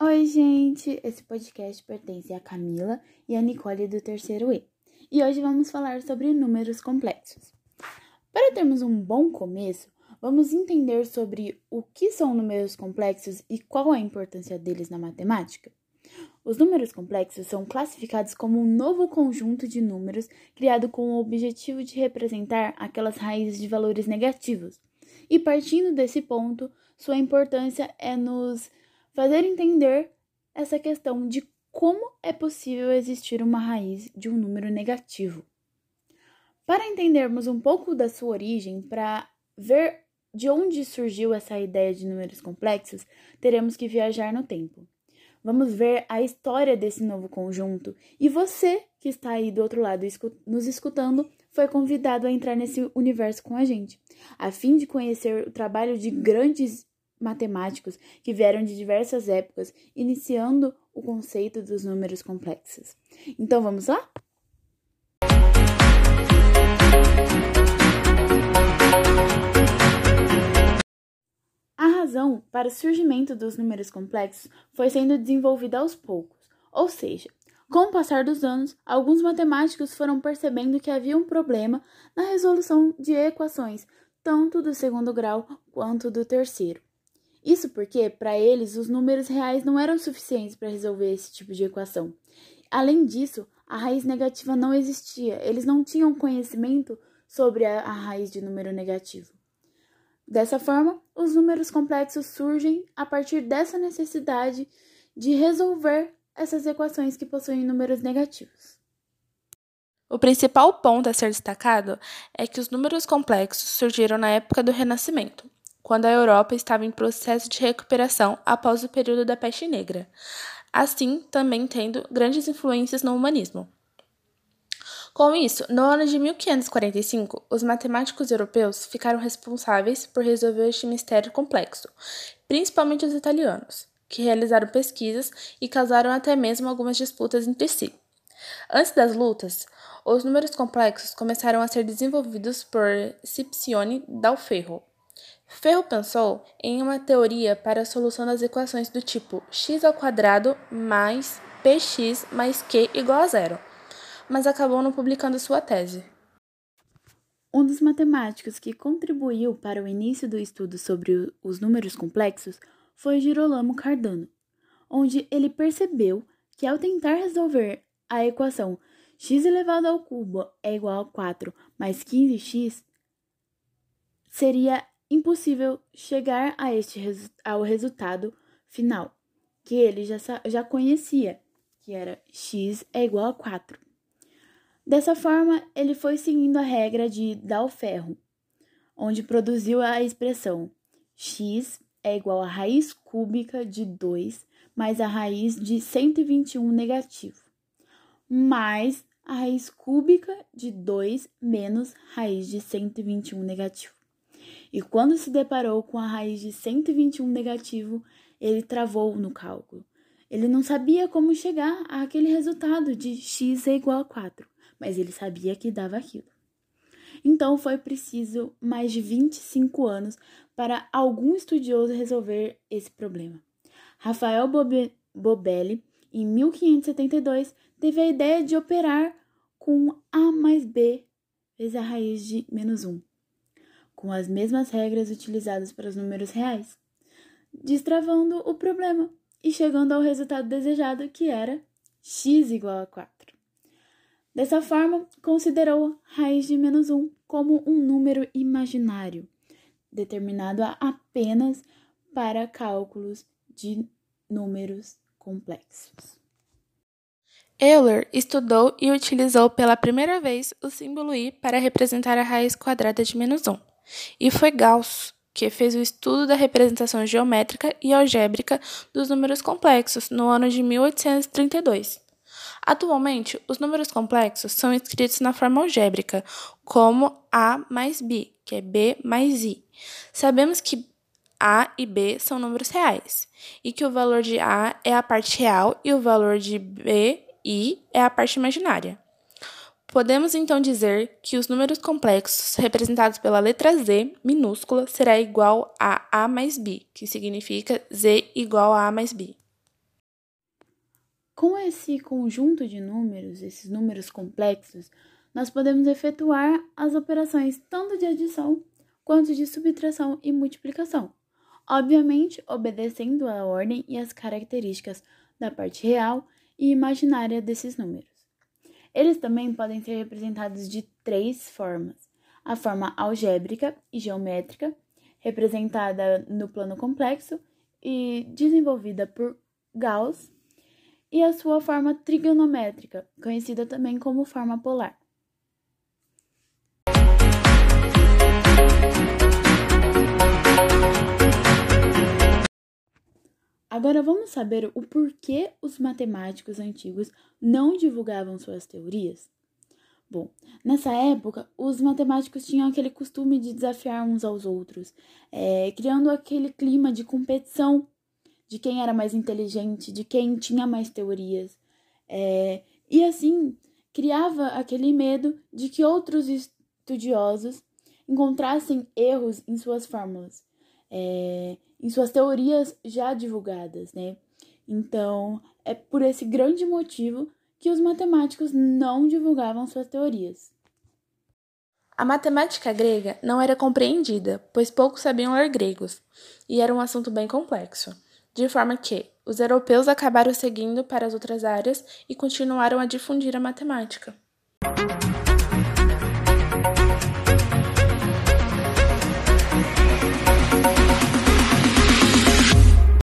Oi, gente! Esse podcast pertence a Camila e a Nicole do terceiro E. E hoje vamos falar sobre números complexos. Para termos um bom começo, vamos entender sobre o que são números complexos e qual a importância deles na matemática. Os números complexos são classificados como um novo conjunto de números criado com o objetivo de representar aquelas raízes de valores negativos. E partindo desse ponto, sua importância é nos fazer entender essa questão de como é possível existir uma raiz de um número negativo. Para entendermos um pouco da sua origem, para ver de onde surgiu essa ideia de números complexos, teremos que viajar no tempo. Vamos ver a história desse novo conjunto e você, que está aí do outro lado nos escutando, foi convidado a entrar nesse universo com a gente, a fim de conhecer o trabalho de grandes matemáticos que vieram de diversas épocas, iniciando o conceito dos números complexos. Então vamos lá? A razão para o surgimento dos números complexos foi sendo desenvolvida aos poucos, ou seja, com o passar dos anos, alguns matemáticos foram percebendo que havia um problema na resolução de equações, tanto do segundo grau quanto do terceiro. Isso porque, para eles, os números reais não eram suficientes para resolver esse tipo de equação. Além disso, a raiz negativa não existia, eles não tinham conhecimento sobre a raiz de número negativo. Dessa forma, os números complexos surgem a partir dessa necessidade de resolver essas equações que possuem números negativos. O principal ponto a ser destacado é que os números complexos surgiram na época do Renascimento, quando a Europa estava em processo de recuperação após o período da Peste Negra, assim também tendo grandes influências no humanismo. Com isso, no ano de 1545, os matemáticos europeus ficaram responsáveis por resolver este mistério complexo, principalmente os italianos, que realizaram pesquisas e causaram até mesmo algumas disputas entre si. Antes das lutas, os números complexos começaram a ser desenvolvidos por Scipione dal Ferro. Ferro pensou em uma teoria para a solução das equações do tipo x² mais px mais q igual a zero, mas acabou não publicando sua tese. Um dos matemáticos que contribuiu para o início do estudo sobre os números complexos foi Girolamo Cardano, onde ele percebeu que ao tentar resolver a equação x elevado ao cubo é igual a 4 mais 15x, seria impossível chegar ao resultado final, que ele já conhecia, que era x é igual a 4. Dessa forma, ele foi seguindo a regra de Dal-Ferro, onde produziu a expressão x é igual a raiz cúbica de 2 mais a raiz de 121 negativo, mais a raiz cúbica de 2 menos raiz de 121 negativo. E quando se deparou com a raiz de 121 negativo, ele travou no cálculo. Ele não sabia como chegar àquele resultado de x é igual a 4, mas ele sabia que dava aquilo. Então foi preciso mais de 25 anos para algum estudioso resolver esse problema. Rafael Bobelli, em 1572, teve a ideia de operar com a mais b vezes a raiz de menos 1, com as mesmas regras utilizadas para os números reais, destravando o problema e chegando ao resultado desejado, que era x igual a 4. Dessa forma, considerou raiz de menos 1 como um número imaginário, determinado apenas para cálculos de números complexos. Euler estudou e utilizou pela primeira vez o símbolo i para representar a raiz quadrada de menos 1. E foi Gauss que fez o estudo da representação geométrica e algébrica dos números complexos no ano de 1832. Atualmente, os números complexos são escritos na forma algébrica, como a mais b, que é b mais i. Sabemos que a e b são números reais, e que o valor de a é a parte real e o valor de b, i, é a parte imaginária. Podemos então dizer que os números complexos representados pela letra z minúscula será igual a mais b, que significa z igual a mais b. Com esse conjunto de números, esses números complexos, nós podemos efetuar as operações tanto de adição quanto de subtração e multiplicação, obviamente obedecendo a ordem e as características da parte real e imaginária desses números. Eles também podem ser representados de 3 formas: a forma algébrica e geométrica, representada no plano complexo e desenvolvida por Gauss, e a sua forma trigonométrica, conhecida também como forma polar. Agora vamos saber o porquê os matemáticos antigos não divulgavam suas teorias? Bom, nessa época, os matemáticos tinham aquele costume de desafiar uns aos outros, criando aquele clima de competição de quem era mais inteligente, de quem tinha mais teorias. E assim, criava aquele medo de que outros estudiosos encontrassem erros em suas fórmulas, em suas teorias já divulgadas, né? Então, é por esse grande motivo que os matemáticos não divulgavam suas teorias. A matemática grega não era compreendida, pois poucos sabiam ler gregos, e era um assunto bem complexo, de forma que os europeus acabaram seguindo para as outras áreas e continuaram a difundir a matemática.